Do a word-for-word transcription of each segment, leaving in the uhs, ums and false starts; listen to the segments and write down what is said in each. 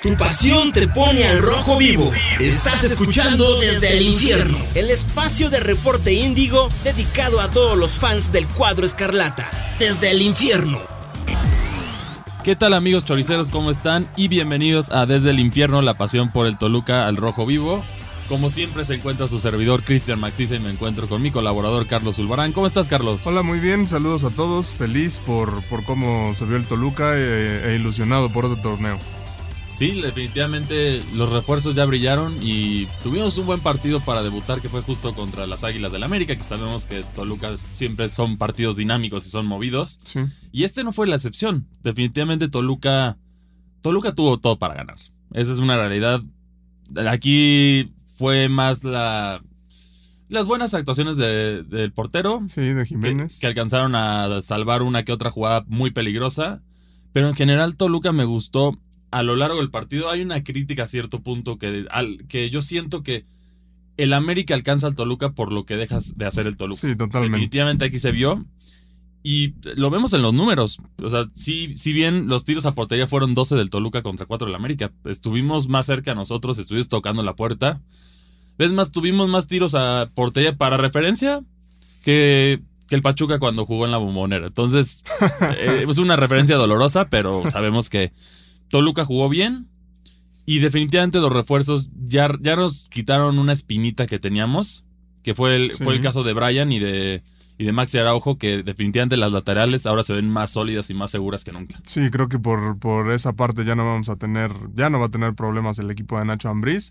Tu pasión te pone al rojo vivo. Estás escuchando Desde el Infierno, el espacio de reporte índigo dedicado a todos los fans del cuadro escarlata. Desde el Infierno. ¿Qué tal, amigos choriceros? ¿Cómo están? Y bienvenidos a Desde el Infierno, la pasión por el Toluca al rojo vivo. Como siempre se encuentra su servidor Cristian Maxiza y me encuentro con mi colaborador Carlos Zulbarán. ¿Cómo estás, Carlos? Hola, muy bien, saludos a todos, feliz por, por cómo se vio el Toluca e, e ilusionado por este torneo. Sí, definitivamente los refuerzos ya brillaron y tuvimos un buen partido para debutar, que fue justo contra las Águilas del América, que sabemos que Toluca siempre son partidos dinámicos y son movidos. Sí. Y este no fue la excepción. Definitivamente Toluca, Toluca tuvo todo para ganar. Esa es una realidad. Aquí fue más la las buenas actuaciones de, del portero. Sí, de Jiménez. Que, que alcanzaron a salvar una que otra jugada muy peligrosa. Pero en general Toluca me gustó. A lo largo del partido hay una crítica a cierto punto que, al, que yo siento que el América alcanza al Toluca por lo que dejas de hacer el Toluca. Sí, totalmente. Definitivamente aquí se vio. Y lo vemos en los números. O sea, si, si bien los tiros a portería fueron doce del Toluca contra cuatro del América, estuvimos más cerca nosotros, estuvimos tocando la puerta. Es más, tuvimos más tiros a portería para referencia que, que el Pachuca cuando jugó en la Bombonera. Entonces, eh, es una referencia dolorosa, pero sabemos que Toluca jugó bien y definitivamente los refuerzos ya, ya nos quitaron una espinita que teníamos, que fue el, sí. fue el caso de Brian y de, y de Maxi Araujo, que definitivamente las laterales ahora se ven más sólidas y más seguras que nunca. Sí, creo que por, por esa parte ya no vamos a tener, ya no va a tener problemas el equipo de Nacho Ambriz.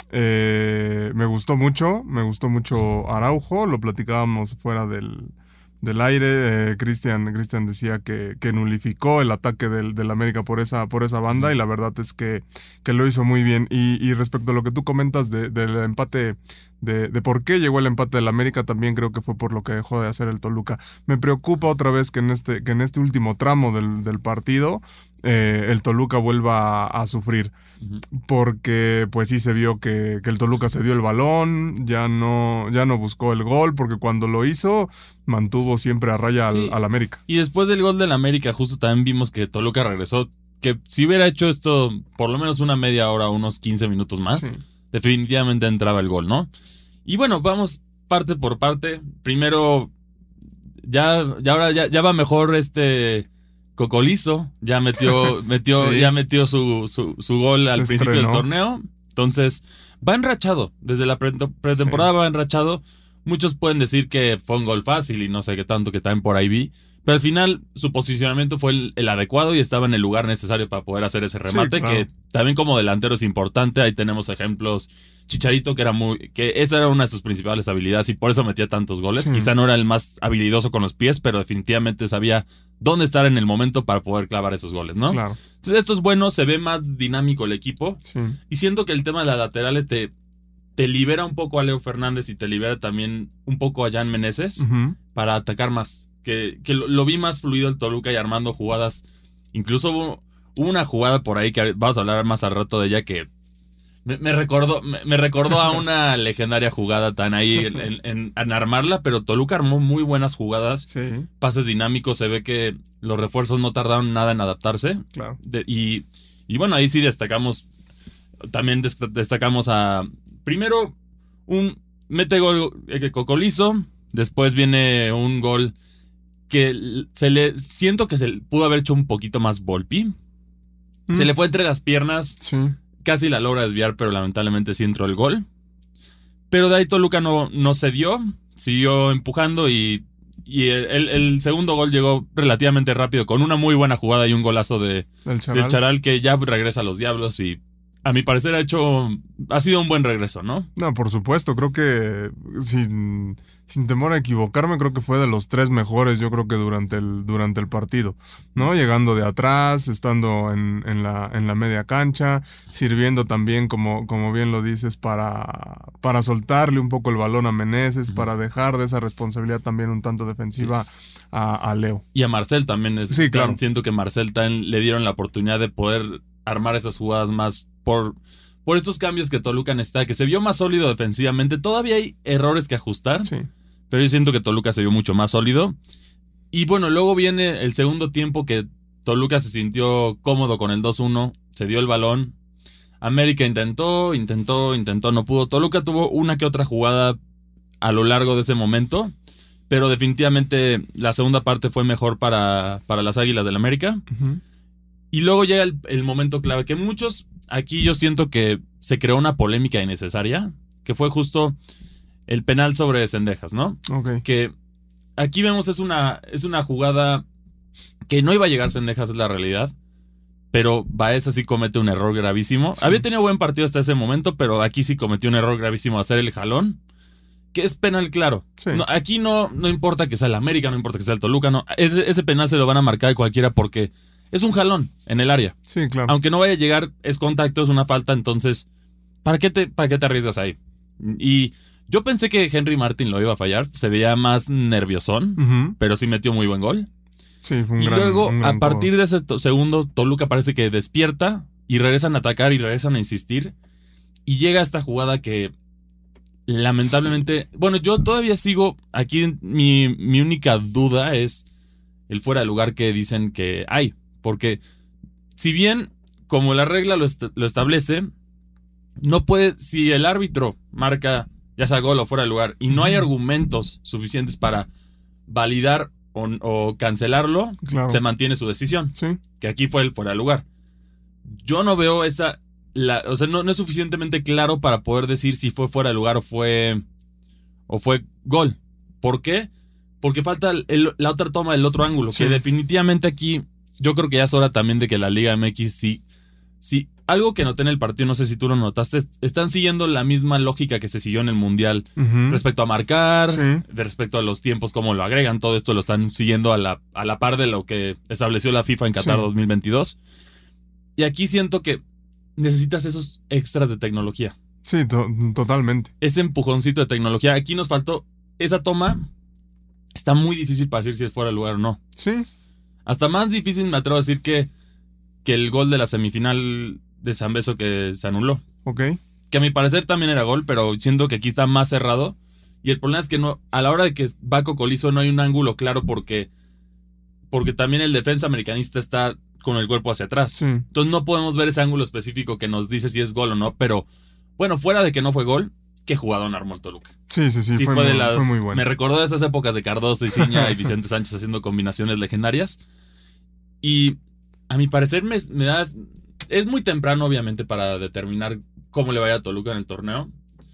Eh, me gustó mucho, me gustó mucho Araujo, lo platicábamos fuera del... del aire. eh, Cristian Cristian decía que, que nulificó el ataque del, del América por esa, por esa banda, y la verdad es que, que lo hizo muy bien. Y, y respecto a lo que tú comentas de, del empate, de, de por qué llegó el empate del América, también creo que fue por lo que dejó de hacer el Toluca. Me preocupa otra vez que en este, que en este último tramo del, del partido eh, el Toluca vuelva a, a sufrir. Porque pues sí se vio que, que el Toluca se dio el balón, ya no, ya no buscó el gol, porque cuando lo hizo mantuvo siempre a raya al, sí. al América. Y después del gol del América justo también vimos que Toluca regresó, que si hubiera hecho esto por lo menos una media hora, unos quince minutos más, sí. definitivamente entraba el gol, ¿no? Y bueno, vamos parte por parte. Primero, ya, ya ahora ya, ya va mejor este... Cocolizo ya metió, metió, sí. ya metió su, su, su gol al Se principio estrenó. del torneo. Entonces, va enrachado. Desde la pre- pretemporada sí. va enrachado. Muchos pueden decir que fue un gol fácil y no sé qué tanto, que también por ahí vi. Pero al final, su posicionamiento fue el, el adecuado y estaba en el lugar necesario para poder hacer ese remate. Sí, claro. Que también como delantero es importante. Ahí tenemos ejemplos. Chicharito, que era muy, que esa era una de sus principales habilidades y por eso metía tantos goles. Sí. Quizá no era el más habilidoso con los pies, pero definitivamente sabía dónde estar en el momento para poder clavar esos goles, ¿no? Claro. Entonces esto es bueno, se ve más dinámico el equipo. Sí. Y siento que el tema de las laterales te, te libera un poco a Leo Fernández y te libera también un poco a Jan Meneses uh-huh. para atacar más. Que, que lo, lo vi más fluido el Toluca y armando jugadas. Incluso hubo, hubo una jugada por ahí que vamos a hablar más al rato de ella que me, me recordó me, me recordó a una legendaria jugada tan ahí en, en, en armarla, pero Toluca armó muy buenas jugadas, sí. pases dinámicos, se ve que los refuerzos no tardaron nada en adaptarse. Claro. De, y, y bueno, ahí sí destacamos, también destacamos a, primero, un mete gol eh, Cocolizo, después viene un gol que se le siento que se pudo haber hecho un poquito más Volpi. Mm. Se le fue entre las piernas. Sí. Casi la logra desviar, pero lamentablemente sí entró el gol. Pero de ahí Toluca no, no se dio. Siguió empujando y, y el, el, el segundo gol llegó relativamente rápido con una muy buena jugada y un golazo de, el Charal. del Charal, que ya regresa a los Diablos y a mi parecer ha hecho ha sido un buen regreso, ¿no? No, por supuesto, creo que sin, sin temor a equivocarme, creo que fue de los tres mejores, yo creo que durante el, durante el partido, ¿no? Llegando de atrás, estando en, en, la, en la media cancha, sirviendo también, como, como bien lo dices, para, para soltarle un poco el balón a Meneses, uh-huh. para dejar de esa responsabilidad también un tanto defensiva sí. a, a Leo. Y a Marcel también. Es, sí, claro. Siento que Marcel también le dieron la oportunidad de poder armar esas jugadas más por, por estos cambios que Toluca necesita, que se vio más sólido defensivamente. Todavía hay errores que ajustar, sí. pero yo siento que Toluca se vio mucho más sólido. Y bueno, luego viene el segundo tiempo que Toluca se sintió cómodo con el dos uno, se dio el balón, América intentó, intentó, intentó, no pudo. Toluca tuvo una que otra jugada a lo largo de ese momento, pero definitivamente la segunda parte fue mejor para, para las Águilas del América. Uh-huh. Y luego llega el, el momento clave, que muchos, aquí yo siento que se creó una polémica innecesaria, que fue justo el penal sobre Cendejas, ¿no? Okay. Que aquí vemos es una, es una jugada que no iba a llegar Cendejas, es la realidad. Pero Baeza sí comete un error gravísimo. Sí. Había tenido buen partido hasta ese momento, pero aquí sí cometió un error gravísimo hacer el jalón, que es penal claro. Sí. No, aquí no, no importa que sea el América, no importa que sea el Toluca, no. Ese, ese penal se lo van a marcar de cualquiera porque es un jalón en el área. Sí, claro. Aunque no vaya a llegar, es contacto, es una falta, entonces, ¿para qué te, para qué te arriesgas ahí? Y yo pensé que Henry Martin lo iba a fallar, se veía más nerviosón, uh-huh. pero sí metió muy buen gol. Sí, fue un y gran, luego, un gran a partir juego. de ese to- segundo, Toluca parece que despierta y regresan a atacar y regresan a insistir. Y llega esta jugada que, lamentablemente... Sí. Bueno, yo todavía sigo... Aquí mi, mi única duda es el fuera de lugar que dicen que hay. Porque si bien, como la regla lo, est- lo establece, no puede... Si el árbitro marca ya sea gol o fuera de lugar y no hay argumentos suficientes para validar O, o cancelarlo, claro. se mantiene su decisión. Sí. Que aquí fue el fuera de lugar. Yo no veo esa... La, o sea, no, no es suficientemente claro para poder decir si fue fuera de lugar o fue... O fue gol. ¿Por qué? Porque falta el, el, la otra toma del otro ángulo. Sí. Que definitivamente aquí... Yo creo que ya es hora también de que la Liga M X sí... sí algo que noté en el partido, no sé si tú lo notaste, están siguiendo la misma lógica que se siguió en el Mundial uh-huh. respecto a marcar, sí. de respecto a los tiempos, cómo lo agregan, todo esto lo están siguiendo a la, a la par de lo que estableció la FIFA en Qatar sí. dos mil veintidós. Y aquí siento que necesitas esos extras de tecnología. Sí, to- totalmente. Ese empujoncito de tecnología. Aquí nos faltó esa toma. Está muy difícil para decir si es fuera de lugar o no. Sí. Hasta más difícil me atrevo a decir que, que el gol de la semifinal de San Beso que se anuló. Ok. Que a mi parecer también era gol, pero siento que aquí está más cerrado. Y el problema es que no, a la hora de que va Cocolizo no hay un ángulo claro porque, porque también el defensa americanista está con el cuerpo hacia atrás. Sí. Entonces no podemos ver ese ángulo específico que nos dice si es gol o no. Pero bueno, fuera de que no fue gol, qué jugadón armó el Toluca. Sí, sí, sí, sí fue, fue, muy, de las, fue muy bueno. Me recordó de esas épocas de Cardoso y Ciña y Vicente Sánchez haciendo combinaciones legendarias. Y a mi parecer me, me da... Es muy temprano, obviamente, para determinar cómo le vaya a Toluca en el torneo.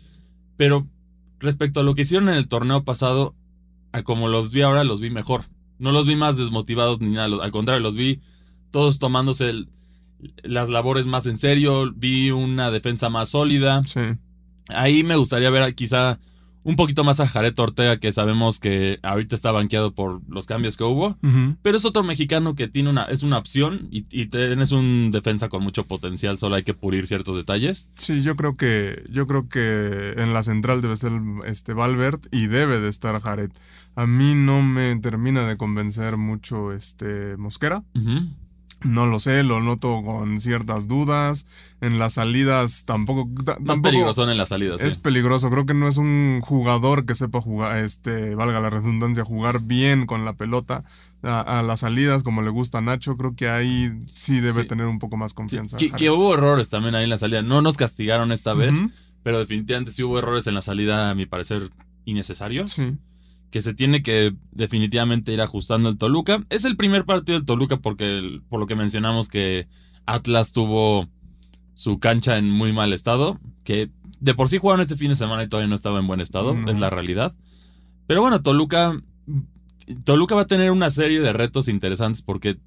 Pero respecto a lo que hicieron en el torneo pasado, a como los vi ahora, los vi mejor. No los vi más desmotivados ni nada. Al contrario, los vi todos tomándose el, las labores más en serio. Vi una defensa más sólida. Sí. Ahí me gustaría ver quizá un poquito más a Jared Ortega, que sabemos que ahorita está banqueado por los cambios que hubo. Uh-huh. Pero es otro mexicano que tiene una, es una opción y, y tienes un defensa con mucho potencial, solo hay que pulir ciertos detalles. Sí, yo creo que yo creo que en la central debe ser este Valverde y debe de estar Jared. A mí no me termina de convencer mucho este Mosquera. Uh-huh. No lo sé, lo noto con ciertas dudas. En las salidas tampoco... T- Más tampoco peligroso en las salidas. Es sí. peligroso. Creo que no es un jugador que sepa jugar, este, valga la redundancia, jugar bien con la pelota a, a las salidas como le gusta a Nacho. Creo que ahí sí debe sí. tener un poco más confianza. Sí. Que, que hubo errores también ahí en la salida. No nos castigaron esta vez, uh-huh. pero definitivamente sí hubo errores en la salida, a mi parecer, innecesarios. Sí. Que se tiene que definitivamente ir ajustando el Toluca. Es el primer partido del Toluca porque, por lo que mencionamos que Atlas tuvo su cancha en muy mal estado, que de por sí jugaron este fin de semana y todavía no estaba en buen estado, no. Es la realidad. Pero bueno, Toluca, Toluca va a tener una serie de retos interesantes porque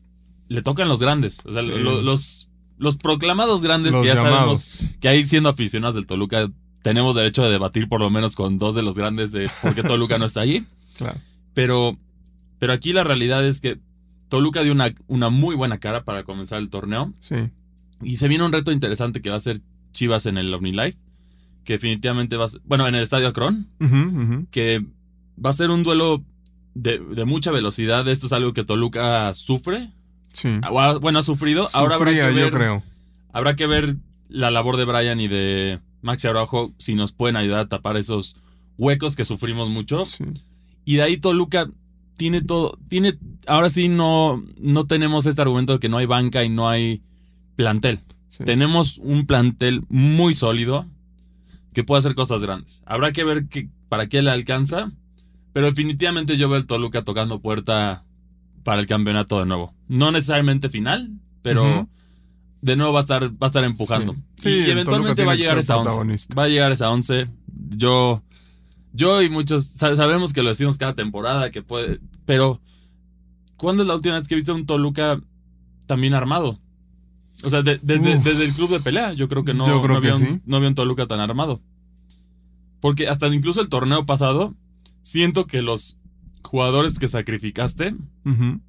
le tocan los grandes, o sea, sí. lo, los, los proclamados grandes los que ya llamados. Sabemos que ahí siendo aficionados del Toluca tenemos derecho de debatir por lo menos con dos de los grandes de por qué Toluca no está allí. Claro. Pero, pero aquí la realidad es que Toluca dio una, una muy buena cara para comenzar el torneo. Sí. Y se viene un reto interesante que va a ser Chivas en el OmniLife. Que definitivamente va a ser, bueno, en el Estadio Akron. Uh-huh, uh-huh. Que va a ser un duelo de, de mucha velocidad. Esto es algo que Toluca sufre. Sí. Bueno, ha sufrido. Sufría, Ahora habrá que ver, yo creo. Habrá que ver la labor de Brian y de Maxi Araujo si nos pueden ayudar a tapar esos huecos que sufrimos mucho. Sí. Y de ahí Toluca tiene todo, tiene, ahora sí no, no tenemos este argumento de que no hay banca y no hay plantel. Sí. Tenemos un plantel muy sólido que puede hacer cosas grandes. Habrá que ver que, para qué le alcanza, pero definitivamente yo veo el Toluca tocando puerta para el campeonato de nuevo. No necesariamente final, pero uh-huh. de nuevo va a estar, va a estar empujando. Sí, y, sí, y eventualmente va a llegar esa once. Va a llegar esa once. Yo, yo y muchos sabemos que lo decimos cada temporada, que puede, pero ¿cuándo es la última vez que viste un Toluca también armado? O sea, de, desde, desde el club de pelea, yo creo que no, yo creo no, había, que un, sí. no había un Toluca tan armado. Porque hasta incluso el torneo pasado, siento que los jugadores que sacrificaste, uh-huh.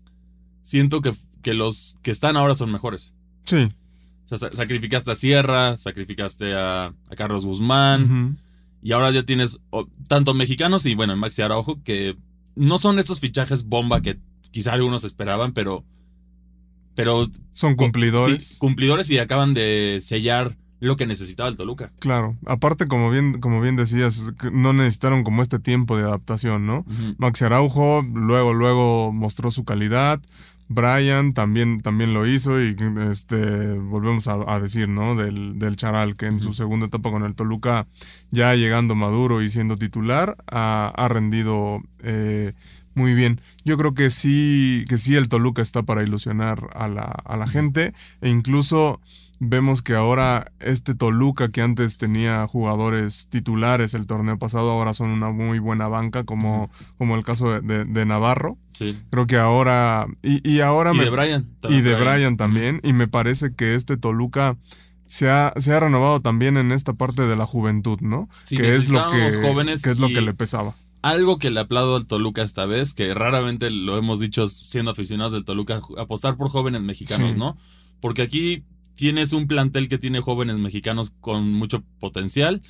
siento que, que los que están ahora son mejores. Sí. O sea, sacrificaste a Sierra, sacrificaste a, a Carlos Guzmán, uh-huh. y ahora ya tienes oh, tanto mexicanos y, bueno, Maxi Araujo, que no son estos fichajes bomba que quizá algunos esperaban, pero... Pero son cumplidores. Sí, cumplidores y acaban de sellar lo que necesitaba el Toluca. Claro. Aparte, como bien, como bien decías, no necesitaron como este tiempo de adaptación, ¿no? Uh-huh. Maxi Araujo luego, luego mostró su calidad. Brian también, también lo hizo y este volvemos a, a decir, ¿no? Del, del Charal, que en uh-huh. su segunda etapa con el Toluca, ya llegando maduro y siendo titular, ha, ha rendido eh, muy bien. Yo creo que sí, que sí el Toluca está para ilusionar a la, a la gente, e incluso vemos que ahora este Toluca, que antes tenía jugadores titulares el torneo pasado, ahora son una muy buena banca, como, como el caso de, de, de Navarro. Sí. Creo que ahora... Y, y ahora y me, de Brian. Y de Brian, Brian también. Y me parece que este Toluca se ha, se ha renovado también en esta parte de la juventud, ¿no? Sí, que es lo que, jóvenes que es lo que le pesaba. Algo que le aplaudo al Toluca esta vez, que raramente lo hemos dicho siendo aficionados del Toluca, apostar por jóvenes mexicanos, sí. ¿no? Porque aquí tienes un plantel que tiene jóvenes mexicanos con mucho potencial.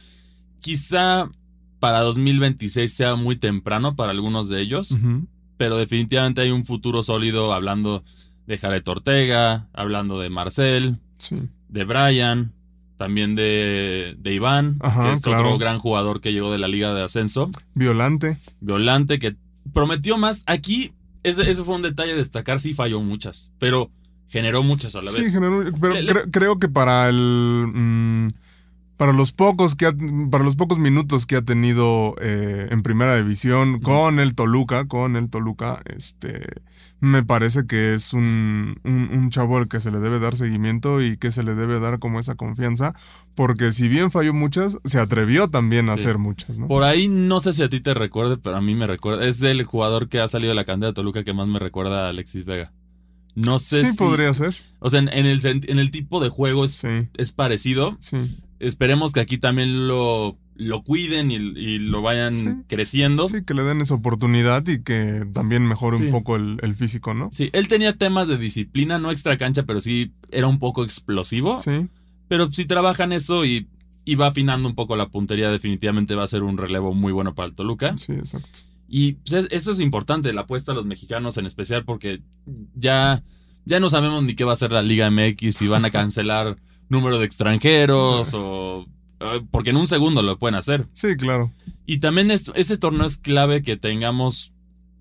Quizá para dos mil veintiséis sea muy temprano para algunos de ellos, uh-huh. pero definitivamente hay un futuro sólido, hablando de Jared Ortega, hablando de Marcel, sí. de Brian, también de, de Iván, Ajá, que es claro. otro gran jugador que llegó de la Liga de Ascenso. Violante. Violante, que prometió más. Aquí, ese, ese fue un detalle a destacar, sí falló muchas, pero generó muchas a la sí, vez. Sí, generó, pero le, cre- le... creo que para el... Mmm, para los pocos que ha, para los pocos minutos que ha tenido eh, en primera división uh-huh. con el Toluca, con el Toluca, este, me parece que es un, un, un chavo al que se le debe dar seguimiento y que se le debe dar como esa confianza, porque si bien falló muchas, se atrevió también a sí. hacer muchas, ¿no? Por ahí no sé si a ti te recuerde, pero a mí me recuerda, es del jugador que ha salido de la cantera de Toluca que más me recuerda a Alexis Vega. No sé sí, si... podría ser. O sea, en, en, el, en el tipo de juego es, sí. es parecido. Sí. Esperemos que aquí también lo, lo cuiden y, y lo vayan sí. creciendo. Sí, que le den esa oportunidad y que también mejore sí. un poco el, el físico, ¿no? Sí, él tenía temas de disciplina, no extra cancha, pero sí era un poco explosivo. Sí. Pero si trabajan eso y, y va afinando un poco la puntería, definitivamente va a ser un relevo muy bueno para el Toluca. Sí, exacto. Y pues, eso es importante, la apuesta a los mexicanos en especial, porque ya, ya no sabemos ni qué va a hacer la Liga M X, si van a cancelar número de extranjeros o... Porque en un segundo lo pueden hacer. Sí, claro. Y también es, ese torneo es clave que tengamos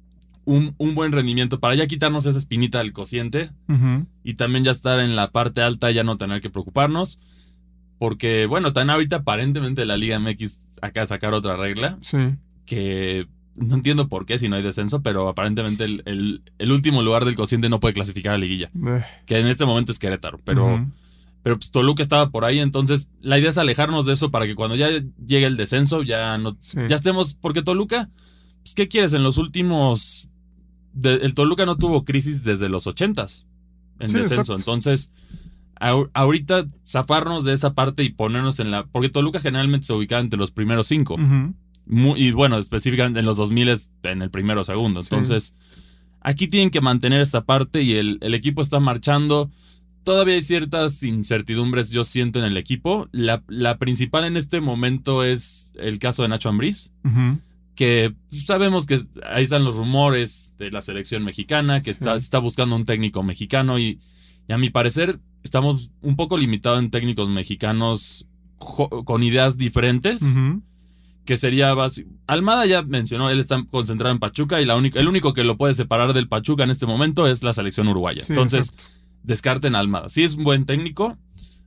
un, un buen rendimiento para ya quitarnos esa espinita del cociente uh-huh. y también ya estar en la parte alta, ya no tener que preocuparnos. Porque, bueno, también ahorita aparentemente la Liga M X acaba de sacar otra regla. Sí. Que no entiendo por qué si no hay descenso, pero aparentemente el, el, el último lugar del cociente no puede clasificar a la liguilla. Eh. Que en este momento es Querétaro, pero... Uh-huh. Pero pues Toluca estaba por ahí, entonces la idea es alejarnos de eso para que cuando ya llegue el descenso ya no sí. ya estemos, porque Toluca, pues, ¿qué quieres? En los últimos de, el Toluca no tuvo crisis desde los ochentas en sí, descenso, exacto. entonces a, ahorita zafarnos de esa parte y ponernos en la, porque Toluca generalmente se ubicaba entre los primeros cinco uh-huh. muy, y bueno, específicamente en los dos mil en el primero o segundo, entonces sí. aquí tienen que mantener esta parte y el, el equipo está marchando. Todavía hay ciertas incertidumbres, yo siento, en el equipo. La, la principal en este momento es el caso de Nacho Ambriz, uh-huh. que sabemos que ahí están los rumores de la selección mexicana, que sí. está, está buscando un técnico mexicano y, y a mi parecer estamos un poco limitados en técnicos mexicanos jo- con ideas diferentes, uh-huh. que sería básico. Almada ya mencionó, él está concentrado en Pachuca y la única, el único que lo puede separar del Pachuca en este momento es la selección uruguaya. Sí, Entonces... exacto. Descarten a Almada. Sí es un buen técnico,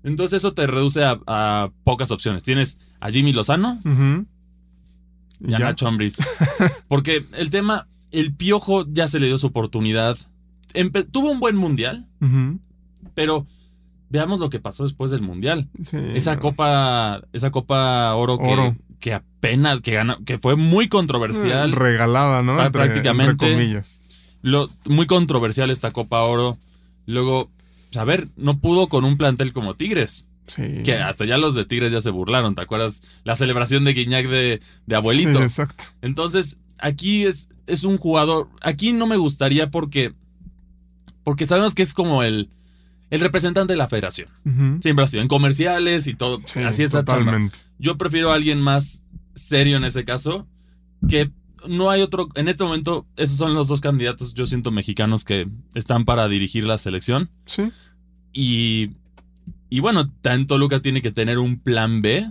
Entonces eso te reduce a, a pocas opciones. Tienes a Jimmy Lozano uh-huh. y, y a Nacho Ambriz. Porque el tema, el Piojo ya se le dio su oportunidad. Empe- tuvo un buen mundial, uh-huh. pero veamos lo que pasó después del mundial. Sí, esa no. copa, esa copa oro, Oro. Que, que apenas que ganó, que fue muy controversial. Regalada, ¿no? Entre, prácticamente. Entre comillas. Lo, muy controversial esta copa oro. Luego, a ver, no pudo con un plantel como Tigres. Sí. Que hasta ya los de Tigres ya se burlaron, ¿te acuerdas? La celebración de Guiñac de, de abuelito. Sí, exacto. Entonces, aquí es, es un jugador. Aquí no me gustaría porque. Porque sabemos que es como el. El representante de la federación. Uh-huh. Siempre ha sido en comerciales y todo. Sí, así es la chamba. totalmente. Yo prefiero a alguien más serio en ese caso. Que no hay otro. En este momento, esos son los dos candidatos, yo siento, mexicanos que están para dirigir la selección. Sí. Y. Y bueno, también Toluca tiene que tener un plan B.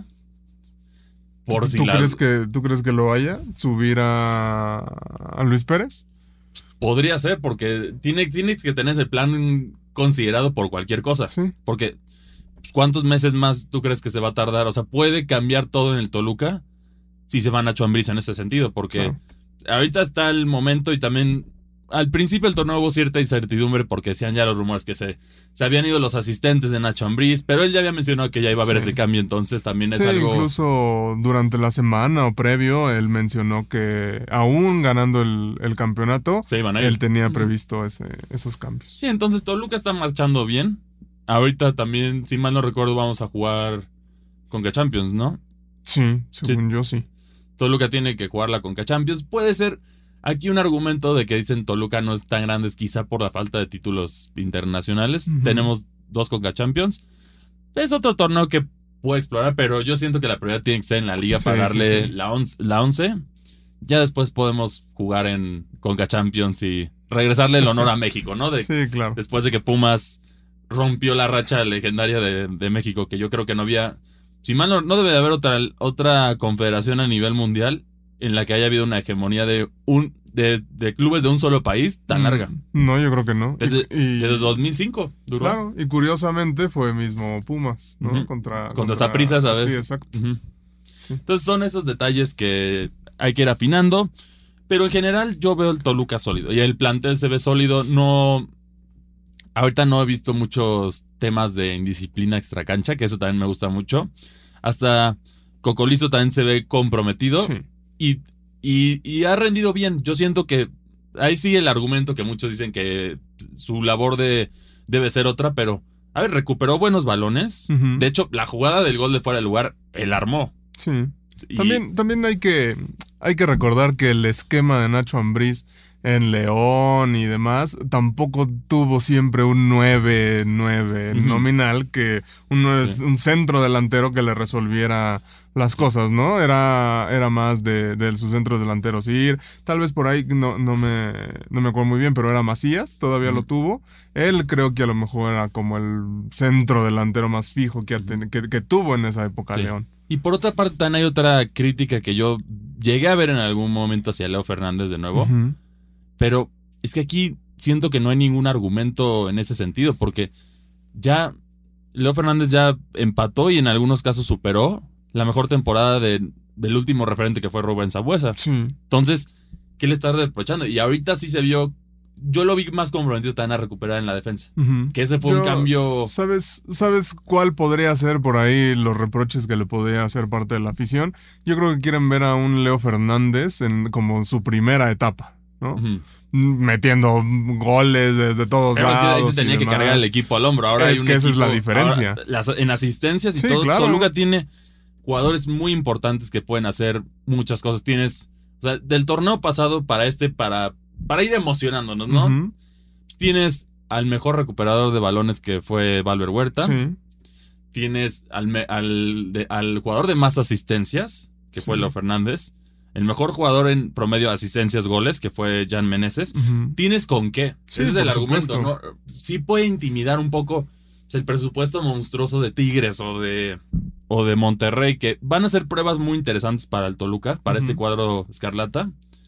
Por si ¿Tú, la... crees que, ¿Tú crees que lo vaya? ¿Subir a, a Luis Pérez? Podría ser, porque tiene, tiene que tener ese plan considerado por cualquier cosa. Sí. Porque, pues, ¿cuántos meses más tú crees que se va a tardar? O sea, puede cambiar todo en el Toluca si se va Nacho Ambriz en ese sentido. Porque claro. ahorita está el momento y también al principio del torneo hubo cierta incertidumbre porque decían ya los rumores que se, se habían ido los asistentes de Nacho Ambriz, pero él ya había mencionado que ya iba a haber sí. ese cambio, entonces también es sí, algo... incluso durante la semana o previo, él mencionó que aún ganando el, el campeonato, se iban a ir. Él tenía previsto ese, esos cambios. Sí, entonces Toluca está marchando bien. Ahorita también, si mal no recuerdo, vamos a jugar Conca Champions, ¿no? Sí, según sí. yo sí. Toluca tiene que jugar la Conca Champions. Puede ser... Aquí un argumento de que dicen Toluca no es tan grande es quizá por la falta de títulos internacionales. Uh-huh. Tenemos dos Conca Champions. Es otro torneo que puedo explorar, pero yo siento que la prioridad tiene que ser en la liga sí, para darle sí, sí. La, once, la once. Ya después podemos jugar en Conca Champions y regresarle el honor a México, ¿no? De, sí, claro. Después de que Pumas rompió la racha legendaria de, de México, que yo creo que no había... Si mal no, no debe de haber otra, otra confederación a nivel mundial en la que haya habido una hegemonía de un de, de clubes de un solo país tan larga. No, yo creo que no. Desde, y, desde dos mil cinco duró. Claro, y curiosamente fue mismo Pumas, ¿no? Uh-huh. Contra Contra Saprissa, ¿sabes? Sí, exacto. Uh-huh. Sí. Entonces son esos detalles que hay que ir afinando, pero en general yo veo el Toluca sólido y el plantel se ve sólido. No, ahorita no he visto muchos temas de indisciplina extracancha, que eso también me gusta mucho. Hasta Cocolizo también se ve comprometido. Sí. Y, y, y ha rendido bien. Yo siento que ahí sigue el argumento que muchos dicen que su labor de, debe ser otra, pero a ver, recuperó buenos balones. Uh-huh. De hecho, la jugada del gol de fuera de lugar, él armó. Sí. Y... También, también hay que, hay que recordar que el esquema de Nacho Ambriz en León y demás tampoco tuvo siempre un nueve nueve uh-huh. nominal, que un, sí. un centro delantero que le resolviera las cosas, ¿no? Era, era más de, de sus centros delanteros ir. Tal vez por ahí no, no, me, no me acuerdo muy bien, pero era Macías, todavía uh-huh. lo tuvo. Él creo que a lo mejor era como el centro delantero más fijo que, uh-huh. que, que tuvo en esa época sí. León. Y por otra parte también hay otra crítica que yo llegué a ver en algún momento hacia Leo Fernández de nuevo. Uh-huh. Pero es que aquí siento que no hay ningún argumento en ese sentido, porque ya Leo Fernández ya empató y en algunos casos superó la mejor temporada de, del último referente que fue Rubén Sambueza. Sí. Entonces, ¿qué le estás reprochando? Y ahorita sí se vio, yo lo vi más comprometido también a recuperar en la defensa. Uh-huh. Que ese fue yo, un cambio... ¿sabes, ¿Sabes cuál podría ser por ahí los reproches que le podría hacer parte de la afición? Yo creo que quieren ver a un Leo Fernández en como su primera etapa, ¿no? Uh-huh. Metiendo goles desde todos pero lados. Es que ahí se tenía que cargar el equipo al hombro. Ahora es hay un que esa equipo, es la diferencia. Ahora, las, en asistencias y sí, todo. Claro. Toluca tiene jugadores muy importantes que pueden hacer muchas cosas. Tienes, o sea, del torneo pasado para este, para, para ir emocionándonos, ¿no? Uh-huh. Tienes al mejor recuperador de balones que fue Valver Huerta. Sí. Tienes al, al, de, al jugador de más asistencias, que sí. fue Leo Fernández. El mejor jugador en promedio de asistencias goles, que fue Jan Meneses. Uh-huh. ¿Tienes con qué? Sí, ese es el supuesto. argumento, ¿no? Sí puede intimidar un poco el presupuesto monstruoso de Tigres o de, o de Monterrey, que van a ser pruebas muy interesantes para el Toluca, para uh-huh. este cuadro escarlata.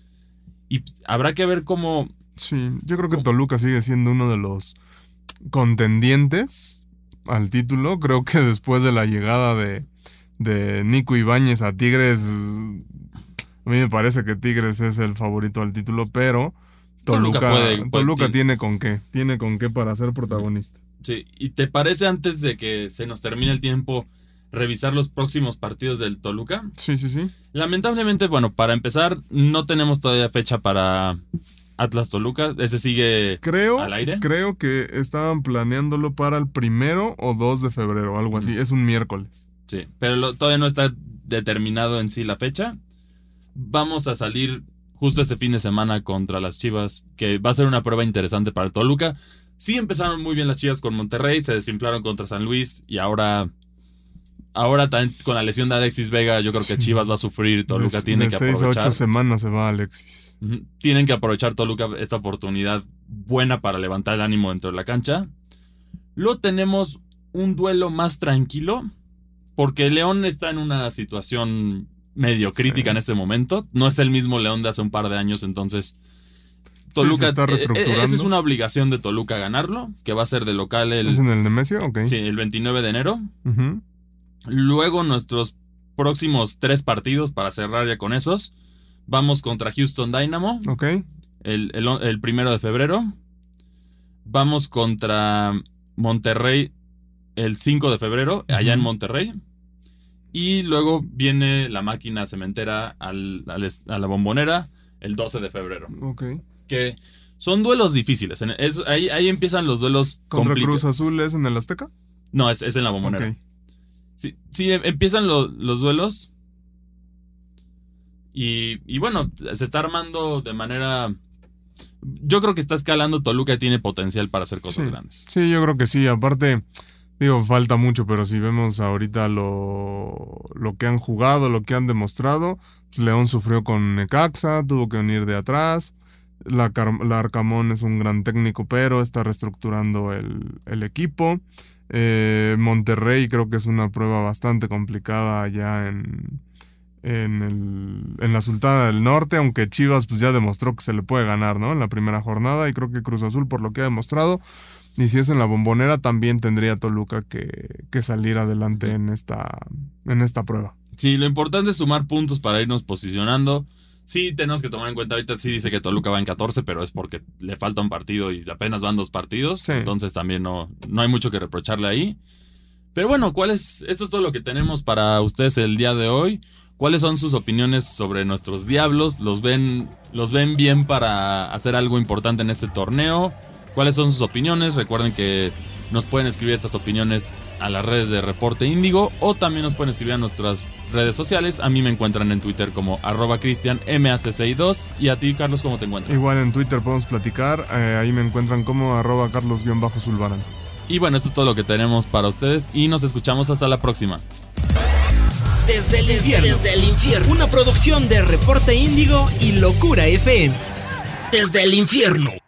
Y habrá que ver cómo... Sí, yo creo que Toluca sigue siendo uno de los contendientes al título. Creo que después de la llegada de, de Nico Ibáñez a Tigres, a mí me parece que Tigres es el favorito al título, pero Toluca, Toluca, puede, puede, Toluca tiene con qué, tiene con qué para ser protagonista. Sí, ¿y te parece antes de que se nos termine el tiempo revisar los próximos partidos del Toluca? Sí, sí, sí. Lamentablemente, bueno, para empezar, no tenemos todavía fecha para Atlas Toluca. Ese sigue creo, al aire. Creo que estaban planeándolo para el primero o dos de febrero, algo así. Mm. Es un miércoles. Sí, pero lo, todavía no está determinado en sí la fecha. Vamos a salir justo este fin de semana contra las Chivas, que va a ser una prueba interesante para el Toluca. Sí empezaron muy bien las Chivas con Monterrey, se desinflaron contra San Luis y ahora, ahora también con la lesión de Alexis Vega, yo creo que Chivas va a sufrir. Toluca de, tiene de que seis aprovechar. a ocho semanas se va Alexis. Uh-huh. Tienen que aprovechar Toluca esta oportunidad buena para levantar el ánimo dentro de la cancha. Luego tenemos un duelo más tranquilo, porque León está en una situación medio crítica sí. en este momento. No es el mismo León de hace un par de años, entonces Toluca, sí, se está reestructurando. Esa es una obligación de Toluca ganarlo, que va a ser de local el... ¿Es en el Nemesio? Ok. Sí, el veintinueve de enero. Uh-huh. Luego nuestros próximos tres partidos, para cerrar ya con esos, vamos contra Houston Dynamo. Ok. El, el, el primero de febrero. Vamos contra Monterrey el cinco de febrero, uh-huh. allá en Monterrey. Y luego viene la máquina cementera al, al, a la Bombonera el doce de febrero. Ok. Que son duelos difíciles. Es, ahí, ahí empiezan los duelos ¿Contra complica- Cruz Azul es en el Azteca? No, es, es en la Bombonera. Okay. Sí, sí, empiezan lo, los duelos. Y, y bueno, se está armando de manera... Yo creo que está escalando Toluca y tiene potencial para hacer cosas sí. grandes. Sí, yo creo que sí. Aparte, digo, falta mucho, pero si vemos ahorita lo, lo que han jugado, lo que han demostrado, pues León sufrió con Necaxa, tuvo que venir de atrás. La, la Arcamón es un gran técnico, pero está reestructurando el, el equipo. Eh, Monterrey creo que es una prueba bastante complicada allá en, en, el, en la Sultana del Norte, aunque Chivas pues ya demostró que se le puede ganar, ¿no? En la primera jornada, y creo que Cruz Azul, por lo que ha demostrado, y si es en la Bombonera, también tendría Toluca que, que salir adelante en esta, en esta prueba. Sí, lo importante es sumar puntos para irnos posicionando. Sí, tenemos que tomar en cuenta, ahorita sí dice que Toluca va en catorce, pero es porque le falta un partido y apenas van dos partidos. Sí. Entonces también no, no hay mucho que reprocharle ahí. Pero bueno, ¿cuál es? Esto es todo lo que tenemos para ustedes el día de hoy. ¿Cuáles son sus opiniones sobre nuestros Diablos? ¿Los ven, los ven bien para hacer algo importante en este torneo? ¿Cuáles son sus opiniones? Recuerden que nos pueden escribir estas opiniones a las redes de Reporte Índigo, o también nos pueden escribir a nuestras redes sociales. A mí me encuentran en Twitter como arroba cristian m a c sesenta y dos. Y a ti, Carlos, ¿cómo te encuentran? Igual en Twitter podemos platicar. Eh, ahí me encuentran como arroba carlos-zulbarán. Y bueno, esto es todo lo que tenemos para ustedes y nos escuchamos hasta la próxima. Desde el infierno, desde el infierno, una producción de Reporte Índigo y Locura F M. Desde el infierno.